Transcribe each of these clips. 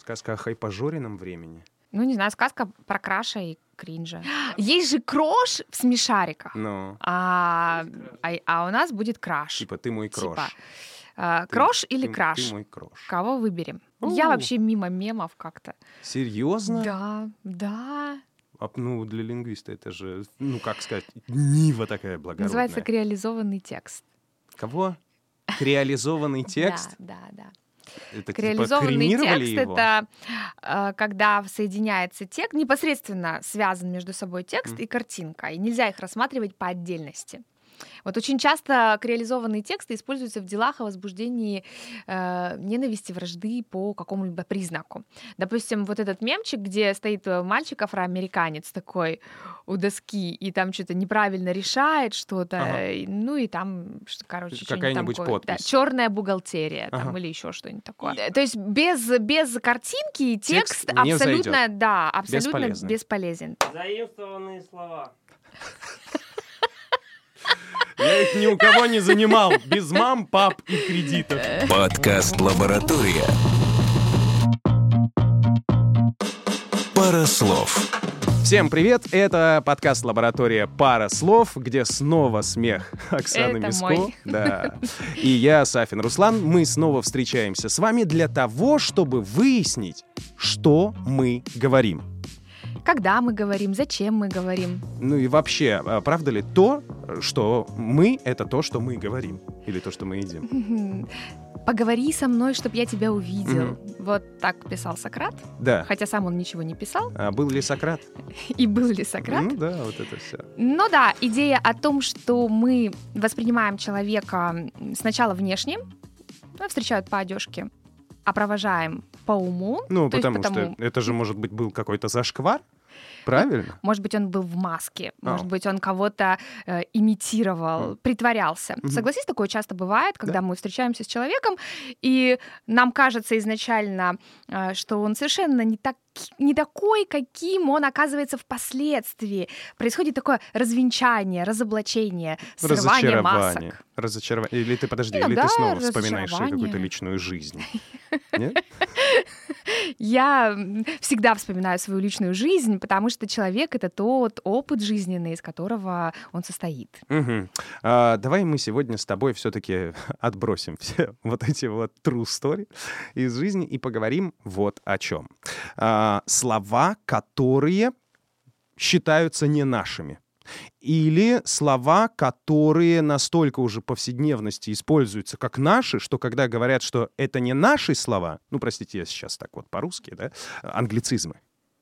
сказка о хайпажорином времени. Ну, не знаю, сказка про Краша и Кринжа. Есть же Крош в смешариках, Но, а у нас будет Краш. типа, ты мой крош. Крош или Краш? Ты мой крош. Кого выберем? Я вообще мимо мемов как-то. Серьезно? Да. Ну, для лингвиста это же, ну, как сказать, нива такая благородная. Называется креализованный текст. Кого? Креализованный текст? Да. Это Креализованный типа кремировали текст его? это когда соединяется текст, непосредственно связан между собой текст и картинка, и нельзя их рассматривать по отдельности. Вот очень часто креализованные тексты используются в делах о возбуждении ненависти, вражды по какому-либо признаку. Допустим, вот этот мемчик, где стоит мальчик афроамериканец такой у доски, и там что-то неправильно решает что-то, ну и там, короче, какая-нибудь что-нибудь подпись. Да, черная бухгалтерия там, или еще что-нибудь такое. То есть без картинки текст не абсолютно, зайдет. абсолютно бесполезен. Заимствованные слова. Я их ни у кого не занимал. Без мам, пап и кредитов. Подкаст «Лаборатория». Пара слов. Всем привет, это подкаст «Лаборатория. Пара слов», где снова смех Оксаны Это Миско. мой. Да. И я, Сафин Руслан. Мы снова встречаемся с вами для того, чтобы выяснить, что мы говорим. Когда мы говорим, зачем мы говорим. Ну и вообще, правда ли то, что мы — это то, что мы говорим? Или то, что мы едим? Поговори со мной, чтоб я тебя увидел. Вот так писал Сократ. Да. Хотя сам он ничего не писал. А был ли Сократ? И был ли Сократ? Ну да, вот это все. Но да, идея о том, что мы воспринимаем человека сначала внешне, встречают по одежке, а провожаем по уму. Ну, то есть потому что это же, может быть, был какой-то зашквар, правильно? Может быть, он был в маске, может быть, он кого-то имитировал, притворялся. Согласись, такое часто бывает, когда мы встречаемся с человеком, и нам кажется изначально, что он совершенно не такой, каким он оказывается впоследствии. Происходит такое развенчание, разоблачение, срывание масок. Разочарование. Или ты, подожди, или Иногда ты снова вспоминаешь разочарование. какую-то личную жизнь? Нет? Я всегда вспоминаю свою личную жизнь, потому что человек — это тот опыт жизненный, из которого он состоит. Мгм. Давай мы сегодня с тобой все-таки отбросим все вот эти вот true story из жизни и поговорим вот о чем. Слова, которые считаются не нашими. Или слова, которые настолько уже повседневности используются как наши, что когда говорят, что это не наши слова, ну, простите, я сейчас так вот по-русски, да, англицизмы.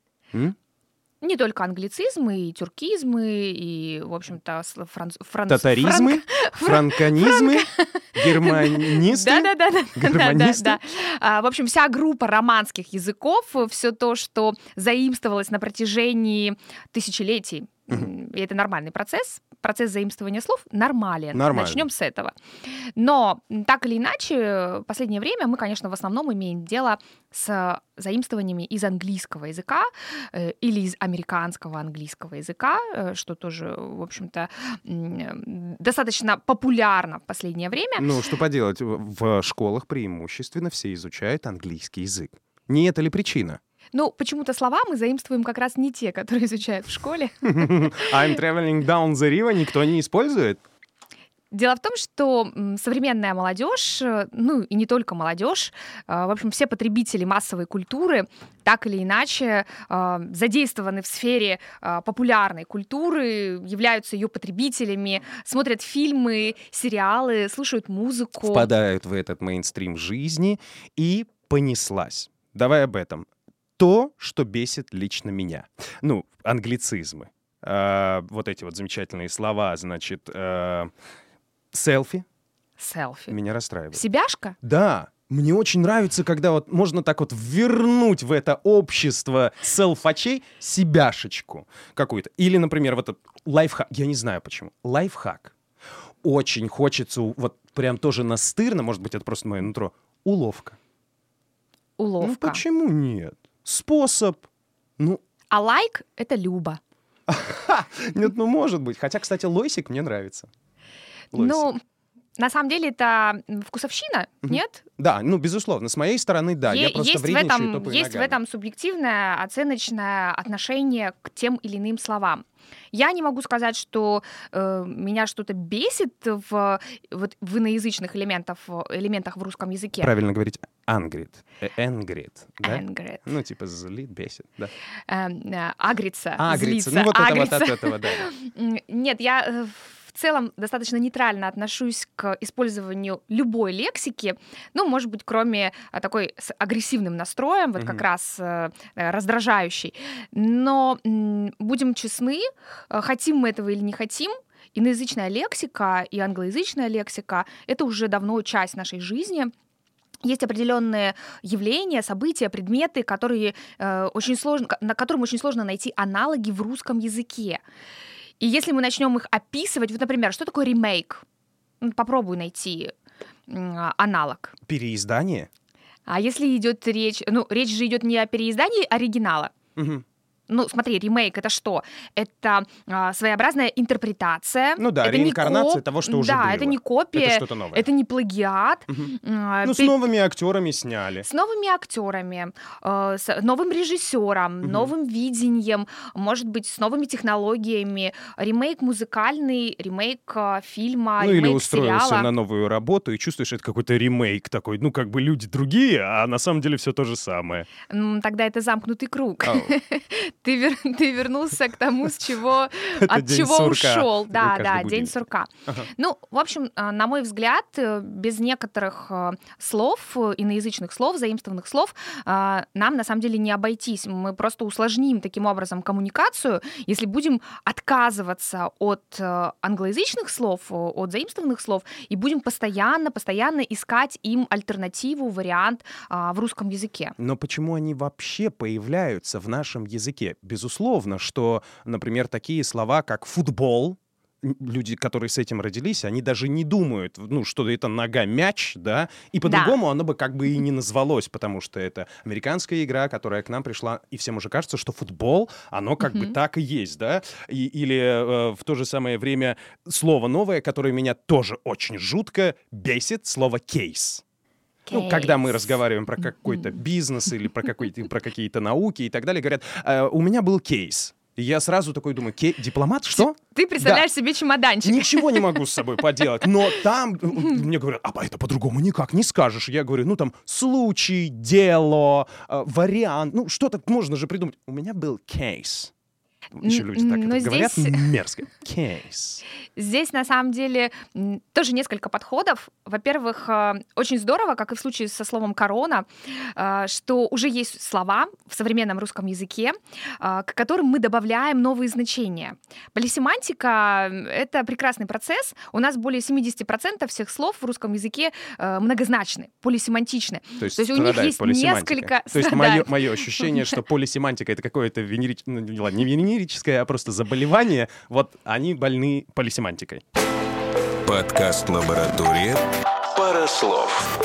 Не только англицизмы, и тюркизмы, и, в общем-то, Татаризмы, франконизмы, германисты. Да. В общем, вся группа романских языков, все то, что заимствовалось на протяжении тысячелетий. И это нормальный процесс. Процесс заимствования слов нормален. Начнем с этого. Но так или иначе, в последнее время мы, конечно, в основном имеем дело с заимствованиями из английского языка или из американского английского языка, что тоже, в общем-то, достаточно популярно в последнее время. Ну, что поделать, в школах преимущественно все изучают английский язык. Не это ли причина? Ну, почему-то слова мы заимствуем как раз не те, которые изучают в школе. I'm traveling down the river никто не использует? Дело в том, что современная молодежь, ну и не только молодежь, в общем, все потребители массовой культуры так или иначе задействованы в сфере популярной культуры, являются ее потребителями, смотрят фильмы, сериалы, слушают музыку. Впадают в этот мейнстрим жизни и понеслась. Давай об этом. То, что бесит лично меня. Ну, англицизмы. Вот эти вот замечательные слова, значит, селфи. Селфи. Меня расстраивает. Себяшка? Да. Мне очень нравится, когда вот можно так вот вернуть в это общество селфачей себяшечку какую-то. Или, например, вот этот лайфхак. Я не знаю почему. Лайфхак. Очень хочется, вот прям тоже настырно, может быть, это просто мое нутро, уловка. Уловка. Ну почему нет? Способ. Ну. А лайк — это Люба. Нет, ну может быть. Хотя, кстати, лойсик мне нравится. Лойсик. Ну, На самом деле это вкусовщина, нет? Да, безусловно, с моей стороны, да. Я просто вредничаю топаю есть в ногами. этом субъективное, оценочное отношение к тем или иным словам. Я не могу сказать, что меня что-то бесит в иноязычных элементах в русском языке. Правильно говорить «ангрит», «энгрит», да? Angry. Типа злит, бесит, да. Агрится, злиться. Это вот агрится. от этого, да. Нет, я в целом достаточно нейтрально отношусь к использованию любой лексики, может быть, кроме такой с агрессивным настроем, вот как раз раздражающей. Но будем честны, хотим мы этого или не хотим, иноязычная лексика и англоязычная лексика — это уже давно часть нашей жизни. Есть определенные явления, события, предметы, на которым очень сложно найти аналоги в русском языке. И если мы начнем их описывать, вот, например, что такое ремейк? Попробуй найти аналог. Переиздание? А если идет речь же идет не о переиздании оригинала. Угу. Смотри, ремейк — это что? Это своеобразная интерпретация. Это реинкарнация того, что уже было. Да, это не копия, это что-то новое. Это не плагиат. С новыми актерами сняли. С новыми актерами, с новым режиссером, новым видением, может быть, с новыми технологиями. Ремейк музыкальный, ремейк фильма, ремейк или устроился сериала. на новую работу и чувствуешь, это какой-то ремейк такой, люди другие, а на самом деле все то же самое. Тогда это замкнутый круг. Ты вернулся к тому, от чего ушел. Да, день сурка. В общем, на мой взгляд, без некоторых слов, иноязычных слов, заимствованных слов, нам на самом деле не обойтись. Мы просто усложним таким образом коммуникацию, если будем отказываться от англоязычных слов, от заимствованных слов, и будем постоянно искать им альтернативу, вариант в русском языке. Но почему они вообще появляются в нашем языке? Безусловно, что, например, такие слова, как «футбол», люди, которые с этим родились, они даже не думают, что это нога-мяч, да, и по-другому оно бы как бы и не назвалось, потому что это американская игра, которая к нам пришла, и всем уже кажется, что футбол, оно как бы так и есть, да, или в то же самое время слово новое, которое меня тоже очень жутко бесит, слово «кейс». Когда мы разговариваем про какой-то бизнес или про какие-то науки и так далее, говорят, у меня был кейс. И я сразу такой думаю, дипломат, что? Ты представляешь себе чемоданчик. Ничего не могу с собой поделать, но там мне говорят, это по-другому никак не скажешь. Я говорю, случай, дело, вариант, что-то можно же придумать. У меня был кейс. Еще люди так это говорят, мерзко. Кейс. Здесь, на самом деле, тоже несколько подходов. Во-первых, очень здорово, как и в случае со словом «корона», что уже есть слова в современном русском языке, к которым мы добавляем новые значения. Полисемантика — это прекрасный процесс. У нас более 70% всех слов в русском языке многозначны, полисемантичны. То есть у них есть несколько... То есть мое ощущение, что полисемантика — это какое-то не венерическое, а просто заболевание. Вот они больны полисемантикой. Подкаст «Лаборатория. Пара слов».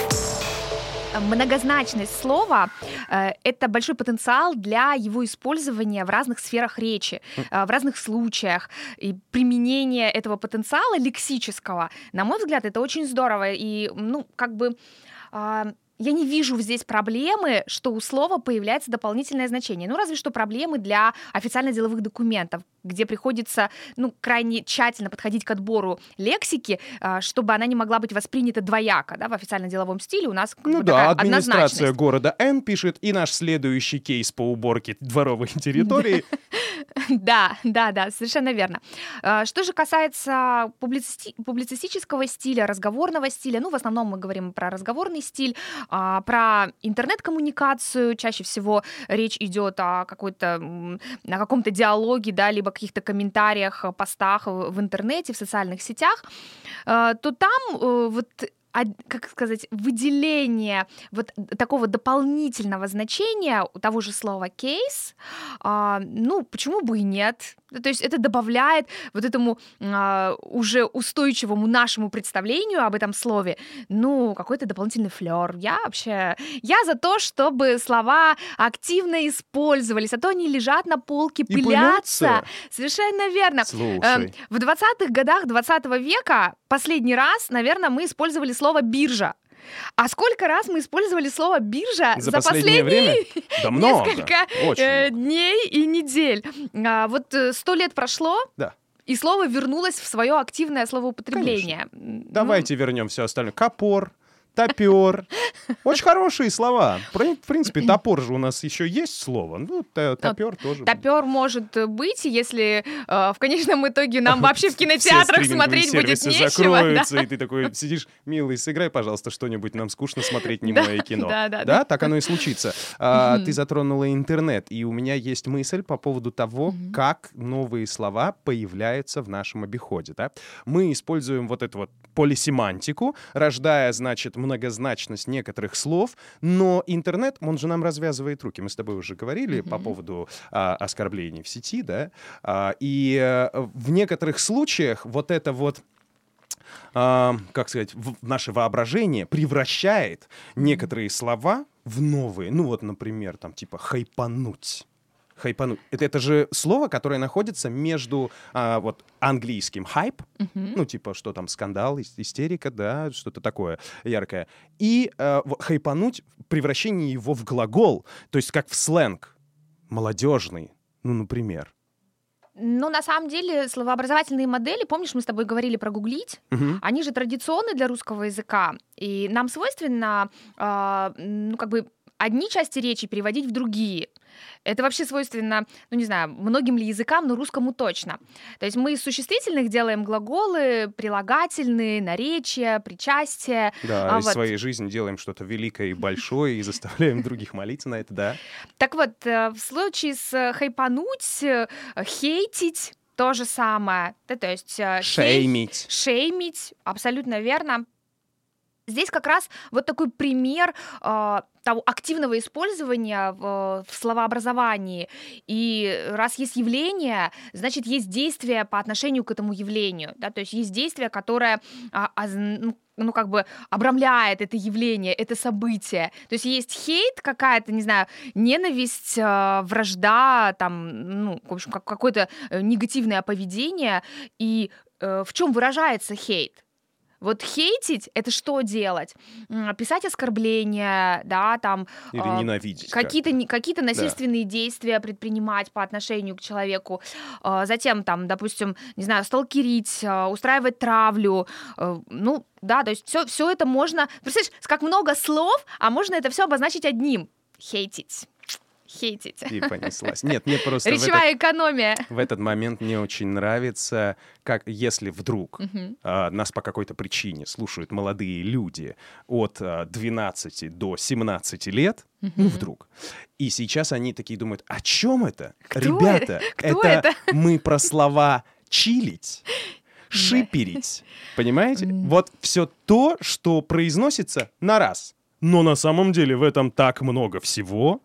Многозначность слова — это большой потенциал для его использования в разных сферах речи, в разных случаях. И применение этого потенциала лексического, на мой взгляд, это очень здорово. И, я не вижу здесь проблемы, что у слова появляется дополнительное значение. Разве что проблемы для официально-деловых документов, где приходится крайне тщательно подходить к отбору лексики, чтобы она не могла быть воспринята двояко. Да? В официально-деловом стиле у нас такая администрация города Н пишет, и наш следующий кейс по уборке дворовой территории. Да, совершенно верно. Что же касается публицистического стиля, разговорного стиля, в основном мы говорим про разговорный стиль, про интернет-коммуникацию. Чаще всего речь идет о каком-то диалоге, да, либо каких-то комментариях, постах в интернете, в социальных сетях, то там выделение такого дополнительного значения у того же слова «кейс», почему бы и нет? То есть это добавляет вот этому уже устойчивому нашему представлению об этом слове, какой-то дополнительный флёр. Я за то, чтобы слова активно использовались, а то они лежат на полке, И пылятся. пылятся. Совершенно верно. Слушай. В 20-х годах 20 века последний раз, наверное, мы использовали слово «биржа». А сколько раз мы использовали слово «биржа» За последнее время? Да много. несколько Очень. дней и недель? 100 лет прошло, Да. и слово вернулось в свое активное словоупотребление. Давайте вернем все остальное. Копор, топер. Очень хорошие слова. В принципе, топор же у нас еще есть слово. Топер тоже. Топер может быть, если в конечном итоге нам вообще в кинотеатрах смотреть будет нечего. Закроются, и ты такой сидишь, милый, сыграй, пожалуйста, что-нибудь, нам скучно смотреть немое кино. Да. Так оно и случится. Ты затронула интернет, и у меня есть мысль по поводу того, как новые слова появляются в нашем обиходе. Да? Мы используем вот эту вот полисемантику, рождая, значит, многозначность некоторых слов, но интернет, он же нам развязывает руки. Мы с тобой уже говорили по поводу оскорблений в сети, да, и в некоторых случаях вот это вот, как сказать, наше воображение превращает некоторые слова в новые. Например, там типа «хайпануть». Хайпануть. Это же слово, которое находится между английским хайп, типа что там, скандал, истерика, да, что-то такое яркое, и хайпануть, превращение его в глагол, то есть как в сленг молодежный, например. На самом деле, словообразовательные модели, помнишь, мы с тобой говорили про гуглить, они же традиционны для русского языка, и нам свойственно, одни части речи переводить в другие. Это вообще свойственно, многим ли языкам, но русскому точно. То есть мы из существительных делаем глаголы, прилагательные, наречия, причастия. Да, из своей жизни делаем что-то великое и большое и заставляем других молиться на это, да. Так вот, в случае с хайпануть, хейтить, то же самое. То есть шеймить. Шеймить, абсолютно верно. Здесь как раз вот такой пример того активного использования в словообразовании. И раз есть явление, значит, есть действие по отношению к этому явлению. Да? То есть есть действие, которое обрамляет это явление, это событие. То есть есть хейт, какая-то, ненависть, вражда, в общем, какое-то негативное поведение. И в чем выражается хейт? Вот хейтить — это что делать? Писать оскорбления, да, там... Или ненавидеть. Какие-то насильственные действия предпринимать по отношению к человеку. Затем, там, допустим, сталкерить, устраивать травлю. То есть все это можно... Представляешь, как много слов, а можно это все обозначить одним. Хейтить. И понеслась. Нет, мне просто... Речевая экономия. В этот момент мне очень нравится, как если вдруг нас по какой-то причине слушают молодые люди от 12 до 17 лет, вдруг, и сейчас они такие думают, о чем это? Ребята, это мы про слова «чилить», «шиперить». Понимаете? Вот все то, что произносится на раз. Но на самом деле в этом так много всего.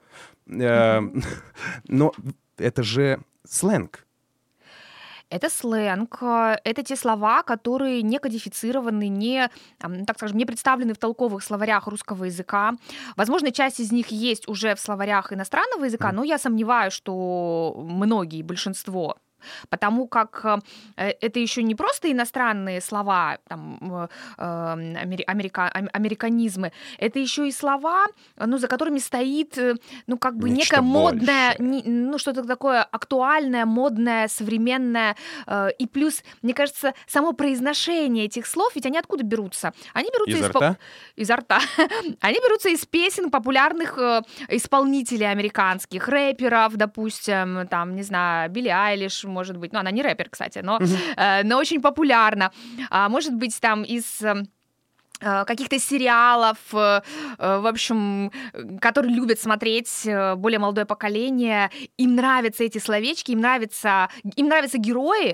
Но это же сленг. Это сленг, это те слова, которые не кодифицированы, не представлены в толковых словарях русского языка. Возможно, часть из них есть уже в словарях иностранного языка, но я сомневаюсь, что многие, большинство. Потому как это еще не просто иностранные слова, американизмы, это еще и слова, за которыми стоит, некое модное, что-то такое актуальное, модное, современное. И плюс, мне кажется, само произношение этих слов, ведь они откуда берутся? Они берутся изо рта. Они берутся из песен популярных исполнителей американских, рэперов, допустим, Билли Айлиш, может быть, она не рэпер, кстати, но очень популярна. Может быть, из каких-то сериалов, в общем, которые любят смотреть более молодое поколение. Им нравятся эти словечки, им нравятся герои,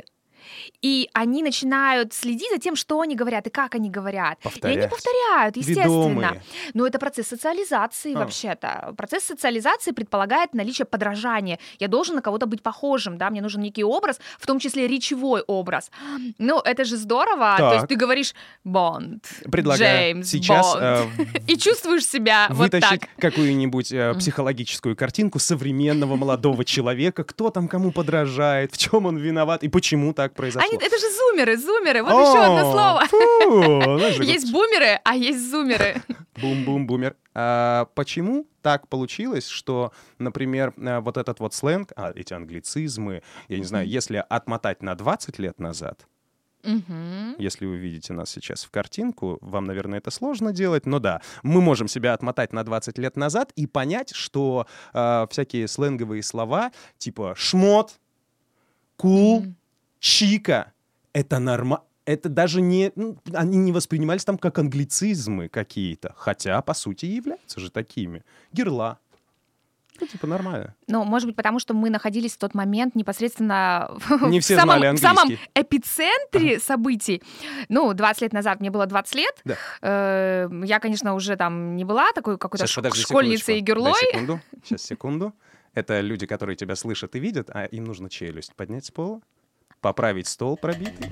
и они начинают следить за тем, что они говорят и как они говорят. Повторять. И они повторяют, естественно. Ведомые. Но это процесс социализации вообще-то. Процесс социализации предполагает наличие подражания. Я должен на кого-то быть похожим, да, мне нужен некий образ, в том числе речевой образ. Ну, это же здорово. Так. То есть ты говоришь Бонд, Предлагаю Джеймс сейчас Бонд. И чувствуешь себя вот вытащить так. какую-нибудь психологическую картинку современного молодого человека, кто там кому подражает, в чем он виноват и почему так произошло. Это же зумеры. Вот еще одно слово. Знаешь, Есть бумеры, а есть зумеры. Бум-бум-бумер. Почему так получилось, что, например, вот этот вот сленг, эти англицизмы, я не знаю, если отмотать на 20 лет назад, если вы видите нас сейчас в картинку, вам, наверное, это сложно делать, но да, мы можем себя отмотать на 20 лет назад и понять, что всякие сленговые слова типа «шмот», «кул», «чика» — это нормально. Это даже не... они не воспринимались там как англицизмы какие-то, хотя, по сути, и являются же такими. Герла. Ну, типа, нормально. Ну, может быть, потому что мы находились в тот момент непосредственно Не все в знали в самом английский. эпицентре событий. Ну, 20 лет назад мне было 20 лет. Да. Я, конечно, уже там не была такой какой-то Сейчас, подожди школьницей и секундочку. Дай герлой. секунду. Сейчас, секунду. Это люди, которые тебя слышат и видят, а им нужно челюсть поднять с пола, поправить стол пробитый.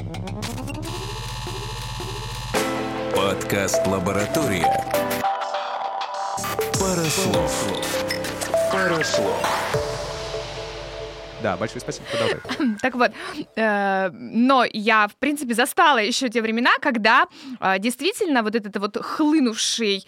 Подкаст «Лаборатория». Пара слов. Пара слов. Да, большое спасибо. Продолжай. Так вот, но я, в принципе, застала еще те времена, когда действительно вот этот вот хлынувший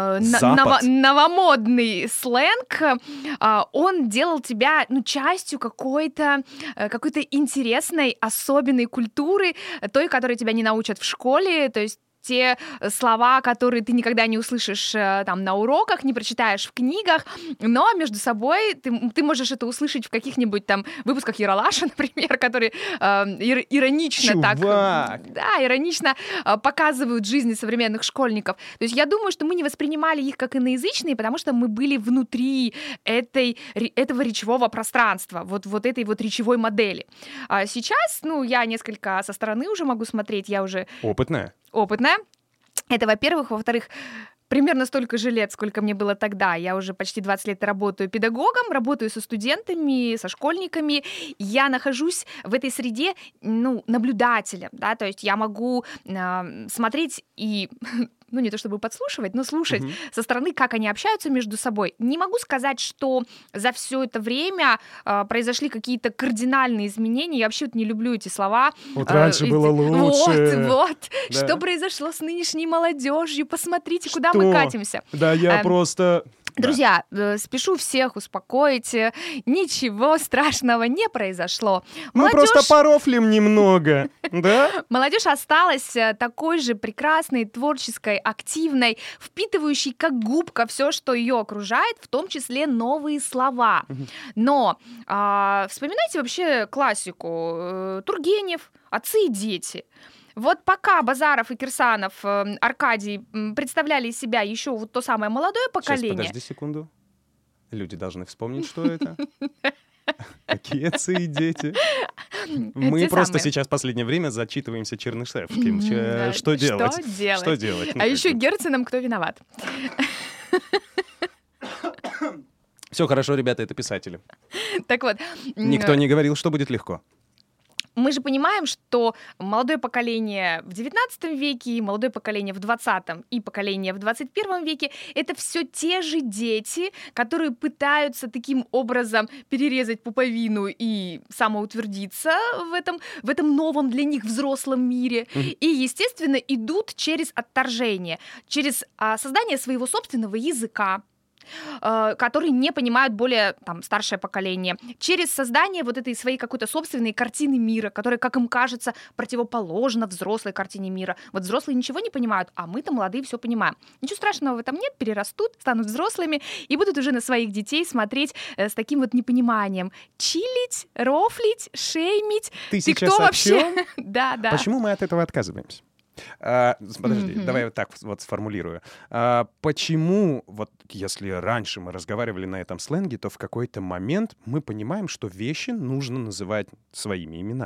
новомодный сленг, он делал тебя, частью какой-то интересной, особенной культуры, той, которой тебя не научат в школе, то есть те слова, которые ты никогда не услышишь там на уроках, не прочитаешь в книгах, но между собой ты можешь это услышать в каких-нибудь там выпусках Ералаша, например, которые иронично иронично показывают жизни современных школьников. То есть я думаю, что мы не воспринимали их как иноязычные, потому что мы были внутри этого речевого пространства, вот этой вот речевой модели. А сейчас, я несколько со стороны уже могу смотреть, я уже... Опытная. Это, во-первых. Во-вторых, примерно столько же лет, сколько мне было тогда. Я уже почти 20 лет работаю педагогом, работаю со студентами, со школьниками. Я нахожусь в этой среде, наблюдателем, да, то есть я могу смотреть и... не то чтобы подслушивать, но слушать со стороны, как они общаются между собой. Не могу сказать, что за все это время произошли какие-то кардинальные изменения. Я вообще не люблю эти слова. Вот раньше было лучше. Вот. Да. Что произошло с нынешней молодежью? Посмотрите, куда мы катимся. Да, я просто... Друзья, спешу всех успокоить. Ничего страшного не произошло. Мы просто порофлим немного, да? Молодежь осталась такой же прекрасной, творческой, активной, впитывающей как губка все, что ее окружает, в том числе новые слова. Но вспоминайте вообще классику. Тургенев, «Отцы и дети». Вот пока Базаров и Кирсанов, Аркадий представляли из себя еще вот то самое молодое поколение... Сейчас, подожди секунду. Люди должны вспомнить, что это. Какие отцы и дети? Мы просто сейчас в последнее время зачитываемся Чернышевским. Что делать? Что делать? А еще Герценом кто виноват? Все хорошо, ребята, это писатели. Так вот. Никто не говорил, что будет легко. Мы же понимаем, что молодое поколение в XIX веке, молодое поколение в XX и поколение в XXI веке — это все те же дети, которые пытаются таким образом перерезать пуповину и самоутвердиться в этом новом для них взрослом мире. И, естественно, идут через отторжение, через создание своего собственного языка, которые не понимают более старшее поколение, через создание вот этой своей какой-то собственной картины мира, которая, как им кажется, противоположна взрослой картине мира. Вот взрослые ничего не понимают, а мы-то молодые все понимаем. Ничего страшного в этом нет, перерастут, станут взрослыми и будут уже на своих детей смотреть с таким вот непониманием. Чилить, рофлить, шеймить. Ты сейчас кто вообще? Да. Почему мы от этого отказываемся? Подожди, давай я вот так вот сформулирую. Почему, вот если раньше мы разговаривали на этом сленге, то в какой-то момент мы понимаем, что вещи нужно называть своими именами.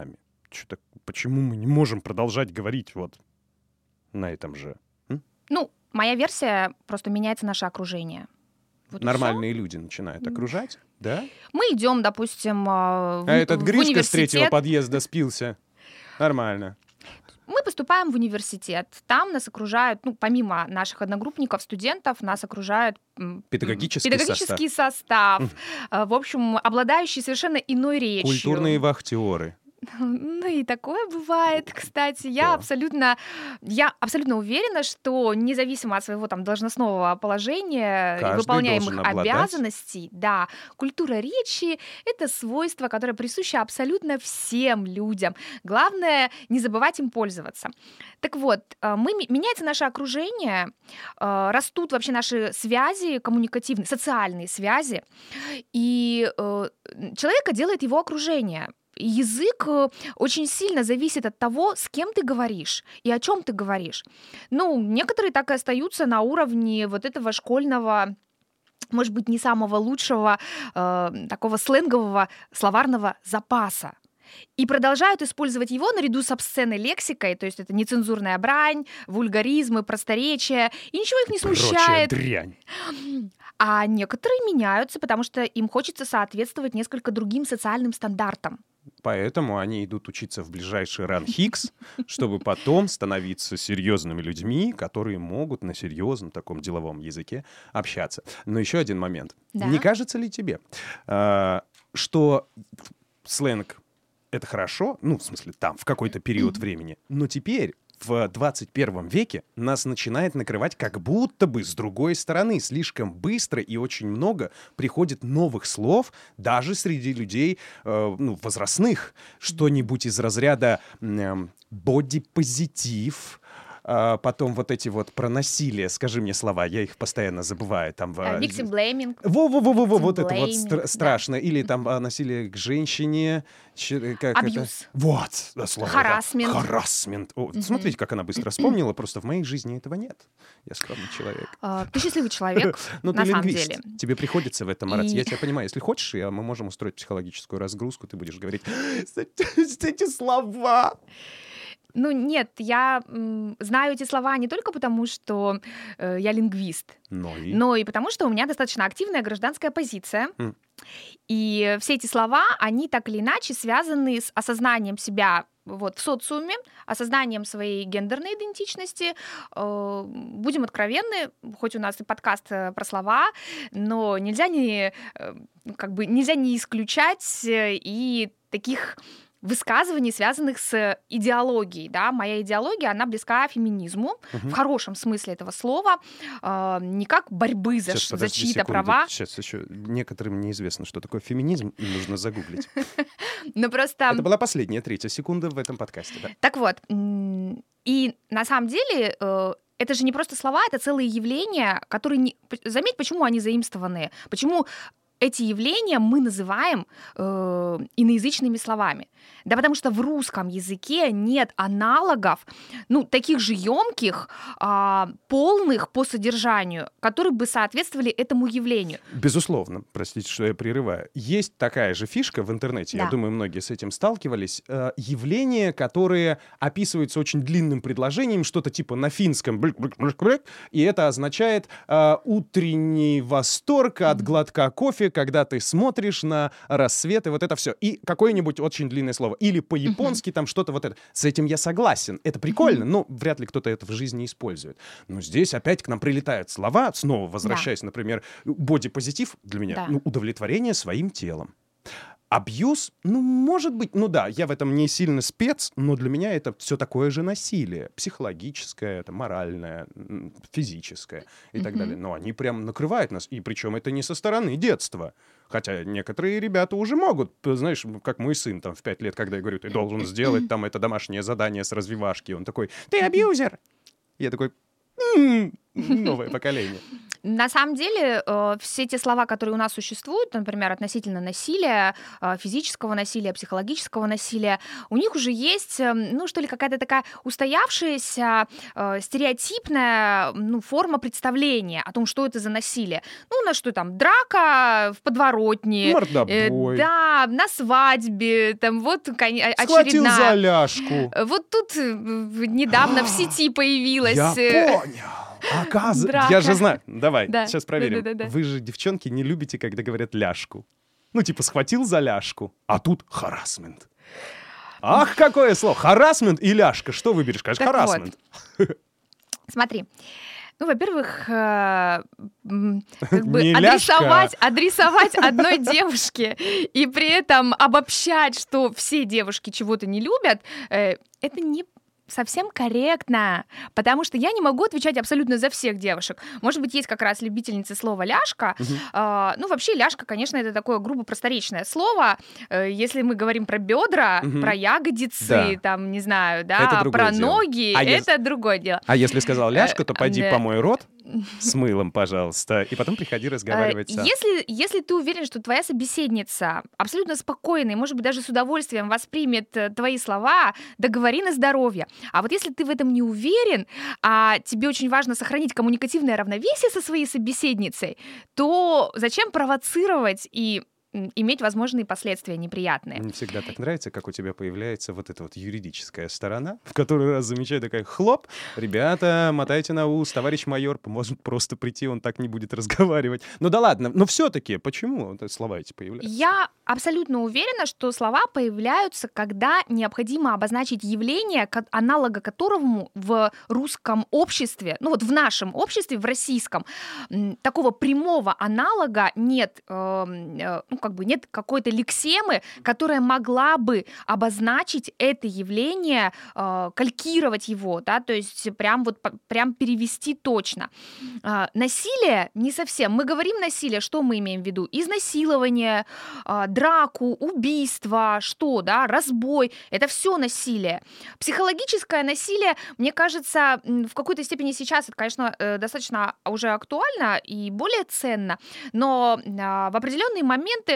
что-то, почему мы не можем продолжать говорить вот на этом же? Ну, моя версия, просто меняется наше окружение. Вот Нормальные люди начинают окружать, да? мы идем, допустим, А этот в Гришка с третьего университет. подъезда спился. Нормально. Мы поступаем в университет. Там нас окружают, ну, помимо наших одногруппников, студентов, нас окружают Педагогический состав. В общем, обладающий совершенно иной речью. Культурные вахтеры. Ну и такое бывает, кстати. Я Да. абсолютно уверена, что независимо от своего там должностного положения и Каждый выполняемых должен обладать. обязанностей, да, культура речи — это свойство, которое присуще абсолютно всем людям. Главное — не забывать им пользоваться. Так вот, меняется наше окружение, растут вообще наши связи коммуникативные, социальные связи, и человека делает его окружение. Язык очень сильно зависит от того, с кем ты говоришь и о чем ты говоришь. Ну, некоторые так и остаются на уровне вот этого школьного, может быть, не самого лучшего такого сленгового словарного запаса. И продолжают использовать его наряду с обсценной лексикой, то есть это нецензурная брань, вульгаризмы, просторечия, и ничего их не Прочая смущает. дрянь. А некоторые меняются, потому что им хочется соответствовать несколько другим социальным стандартам. Поэтому они идут учиться в ближайший РАН-ХИКС, чтобы потом становиться серьезными людьми, которые могут на серьезном таком деловом языке общаться. Но еще один момент. Да. Не кажется ли тебе, что сленг — это хорошо, ну, в смысле, там, в какой-то период времени, но теперь в 21 веке нас начинает накрывать как будто бы с другой стороны. Слишком быстро и очень много приходит новых слов даже среди людей возрастных. Что-нибудь из разряда бодипозитив, потом вот эти вот про насилие, скажи мне слова, я их постоянно забываю. Там, Victim blaming. вот это вот blaming, страшно. Или там насилие к женщине. Абьюз. Вот, слово. Харассмент. Харассмент. Смотрите, как она быстро вспомнила. Просто в моей жизни этого нет. Я скромный человек. Ты счастливый человек, Ну, на ты самом лингвист. деле. Тебе приходится в этом орать. И- Я тебя понимаю. Если хочешь, мы можем устроить психологическую разгрузку. Ты будешь говорить эти слова. Ну нет, я знаю эти слова не только потому, что я лингвист, но и потому, что у меня достаточно активная гражданская позиция. И все эти слова, они так или иначе связаны с осознанием себя вот в социуме, осознанием своей гендерной идентичности. Будем откровенны, хоть у нас и подкаст про слова, но нельзя не исключать и таких высказываний, связанных с идеологией. Да? Моя идеология, она близка феминизму, в хорошем смысле этого слова, не как борьбы за чьи-то права. Сейчас еще некоторым неизвестно, что такое феминизм, и нужно загуглить. Но просто... Это была последняя 3 секунда в этом подкасте. Да? Так вот, и на самом деле это же не просто слова, это целые явления, которые... Заметь, почему они заимствованы, почему эти явления мы называем иноязычными словами. Да потому что в русском языке нет аналогов, таких же ёмких, полных по содержанию, которые бы соответствовали этому явлению. Безусловно, простите, что я прерываю. Есть такая же фишка в интернете, Да. я думаю, многие с этим сталкивались. Явления, которые описываются очень длинным предложением, что-то типа на финском, и это означает утренний восторг от глотка кофе, когда ты смотришь на рассвет, и вот это все. И какое-нибудь очень длинное слово. Или по-японски там что-то вот это. С этим я согласен. Это прикольно, но вряд ли кто-то это в жизни использует. Но здесь опять к нам прилетают слова, снова возвращаясь, например, бодипозитив для меня, Да. удовлетворение своим телом. Абьюз, может быть, я в этом не сильно спец, но для меня это все такое же насилие. Психологическое, это моральное, физическое и так далее. Но они прям накрывают нас, и причем это не со стороны детства. Хотя некоторые ребята уже могут, знаешь, как мой сын там в 5 лет, когда я говорю, ты должен сделать там это домашнее задание с развивашки, он такой, ты абьюзер. Я такой, новое поколение. На самом деле, все те слова, которые у нас существуют, например, относительно насилия, физического насилия, психологического насилия, у них уже есть, какая-то такая устоявшаяся стереотипная форма представления о том, что это за насилие. У нас что там, драка в подворотне. Мордобой. Да, на свадьбе, там вот очередная. Схватил за ляжку. Вот тут недавно в сети появилась... Я понял. Оказывается, я же знаю. Давай, Да, сейчас проверим. да. Вы же, девчонки, не любите, когда говорят ляжку. Схватил за ляжку, а тут харассмент. Ах, какое слово! Харассмент и ляжка. Что выберешь? Конечно, Так харассмент. Смотри. Во-первых, Не ляжка. адресовать одной девушке и при этом обобщать, что все девушки чего-то не любят, это не совсем корректно, потому что я не могу отвечать абсолютно за всех девушек. Может быть, есть как раз любительницы слова «ляжка». Вообще, ляжка, конечно, это такое грубо просторечное слово. Если мы говорим про бедра, про ягодицы, там, не знаю, да, про ноги, это другое дело. А если сказал ляжка, то пойди помой рот с мылом, пожалуйста, и потом приходи разговаривать сам. Если ты уверен, что твоя собеседница абсолютно спокойно и, может быть, даже с удовольствием воспримет твои слова, да говори на здоровье. А вот если ты в этом не уверен, а тебе очень важно сохранить коммуникативное равновесие со своей собеседницей, то зачем провоцировать и иметь возможные последствия неприятные? Мне всегда так нравится, как у тебя появляется вот эта вот юридическая сторона, в который раз замечаю такая хлоп, ребята, мотайте на ус, товарищ майор, может просто прийти, он так не будет разговаривать. Да ладно, но все-таки почему слова эти появляются? Я абсолютно уверена, что слова появляются, когда необходимо обозначить явление, аналога которому в русском обществе, в нашем обществе, в российском, такого прямого аналога нет, нет какой-то лексемы, которая могла бы обозначить это явление, калькировать его, да, то есть прям перевести точно. Насилие не совсем. Мы говорим насилие, что мы имеем в виду? Изнасилование, драку, убийство, разбой. Это все насилие. Психологическое насилие, мне кажется, в какой-то степени сейчас это, конечно, достаточно уже актуально и более ценно, но в определенные моменты,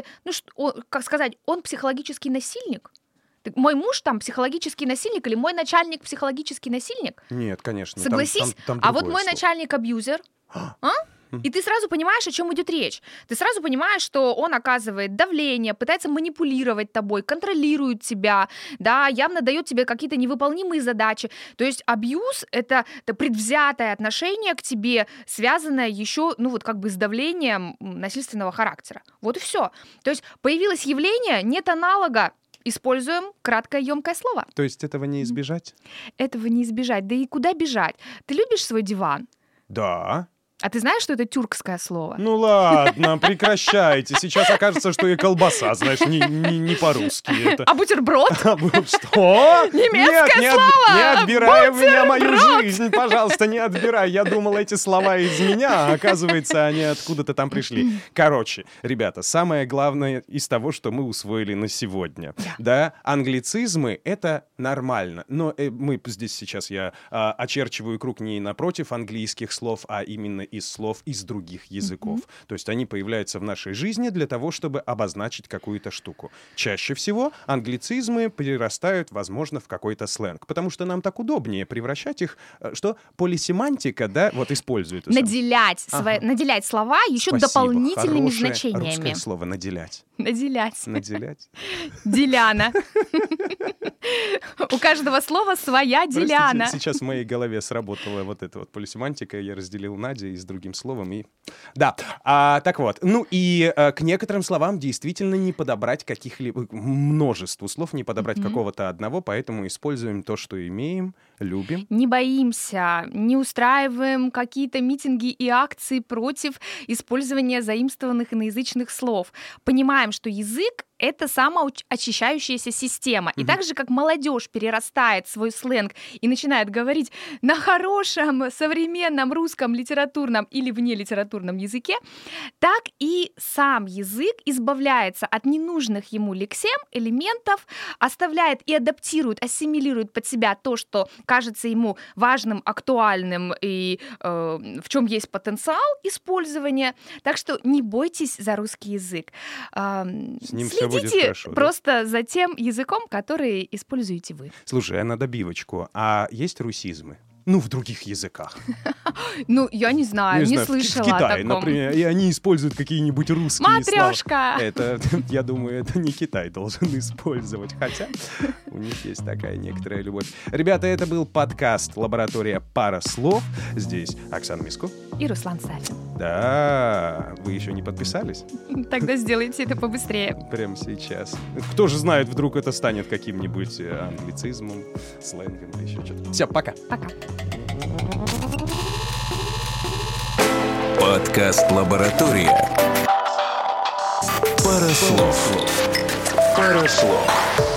он психологический насильник? Мой муж там психологический насильник или мой начальник психологический насильник? Нет, конечно. Согласись? Там а вот мой слово. начальник абьюзер? И ты сразу понимаешь, о чем идет речь. Ты сразу понимаешь, что он оказывает давление, пытается манипулировать тобой, контролирует тебя, да, явно дает тебе какие-то невыполнимые задачи. То есть абьюз — это предвзятое отношение к тебе, связанное еще, с давлением насильственного характера. Вот и все. То есть появилось явление, нет аналога. Используем краткое, емкое слово. То есть этого не избежать? Этого не избежать. Да и куда бежать? Ты любишь свой диван? Да. А ты знаешь, что это тюркское слово? Ну ладно, прекращайте. Сейчас окажется, что и колбаса, знаешь, не по-русски. Это... А бутерброд? Что? Немецкое слово! Не отбирай у меня мою жизнь, пожалуйста, не отбирай. Я думал, эти слова из меня, а оказывается, они откуда-то там пришли. Короче, ребята, самое главное из того, что мы усвоили на сегодня. Да, англицизмы — это нормально. Но мы здесь сейчас, я очерчиваю круг не напротив английских слов, а именно из слов из других языков. То есть они появляются в нашей жизни для того, чтобы обозначить какую-то штуку. Чаще всего англицизмы перерастают, возможно, в какой-то сленг, потому что нам так удобнее превращать их, что полисемантика, да, вот использует. Наделять слова еще дополнительными Хорошее значениями. Русское слово «наделять». Наделять. Деляна. У каждого слова своя деляна. Простите, сейчас в моей голове сработала вот эта вот полисемантика, я разделил Надя и с другим словом, и... Да, так вот. К некоторым словам действительно не подобрать каких-либо... Множеству слов не подобрать какого-то одного, поэтому используем то, что имеем, любим. Не боимся, не устраиваем какие-то митинги и акции против использования заимствованных иноязычных слов. Понимаем, что язык — это самоочищающаяся система. И так же, как молодежь перерастает свой сленг и начинает говорить на хорошем, современном русском литературном или внелитературном языке, так и сам язык избавляется от ненужных ему лексем, элементов, оставляет и адаптирует, ассимилирует под себя то, что кажется ему важным, актуальным и в чем есть потенциал использования. Так что не бойтесь за русский язык. С ним все будет Следите хорошо, просто за тем языком, который используете вы. Слушай, а на добивочку, а есть русизмы? Ну, в других языках. Ну, я не знаю, не слышала в Китае, о таком. например, и они используют какие-нибудь русские слова. Матрёшка! Это, я думаю, это не Китай должен использовать, хотя у них есть такая некоторая любовь. Ребята, это был подкаст «Лаборатория пара слов». Здесь Оксана Миско. И Руслан Сафин. Да, вы еще не подписались? Тогда сделайте это побыстрее. Прямо сейчас. Кто же знает, вдруг это станет каким-нибудь англицизмом, сленгом или еще что-то. Все, пока. Пока. Подкаст «Лаборатория». Пара слов. Пара слов.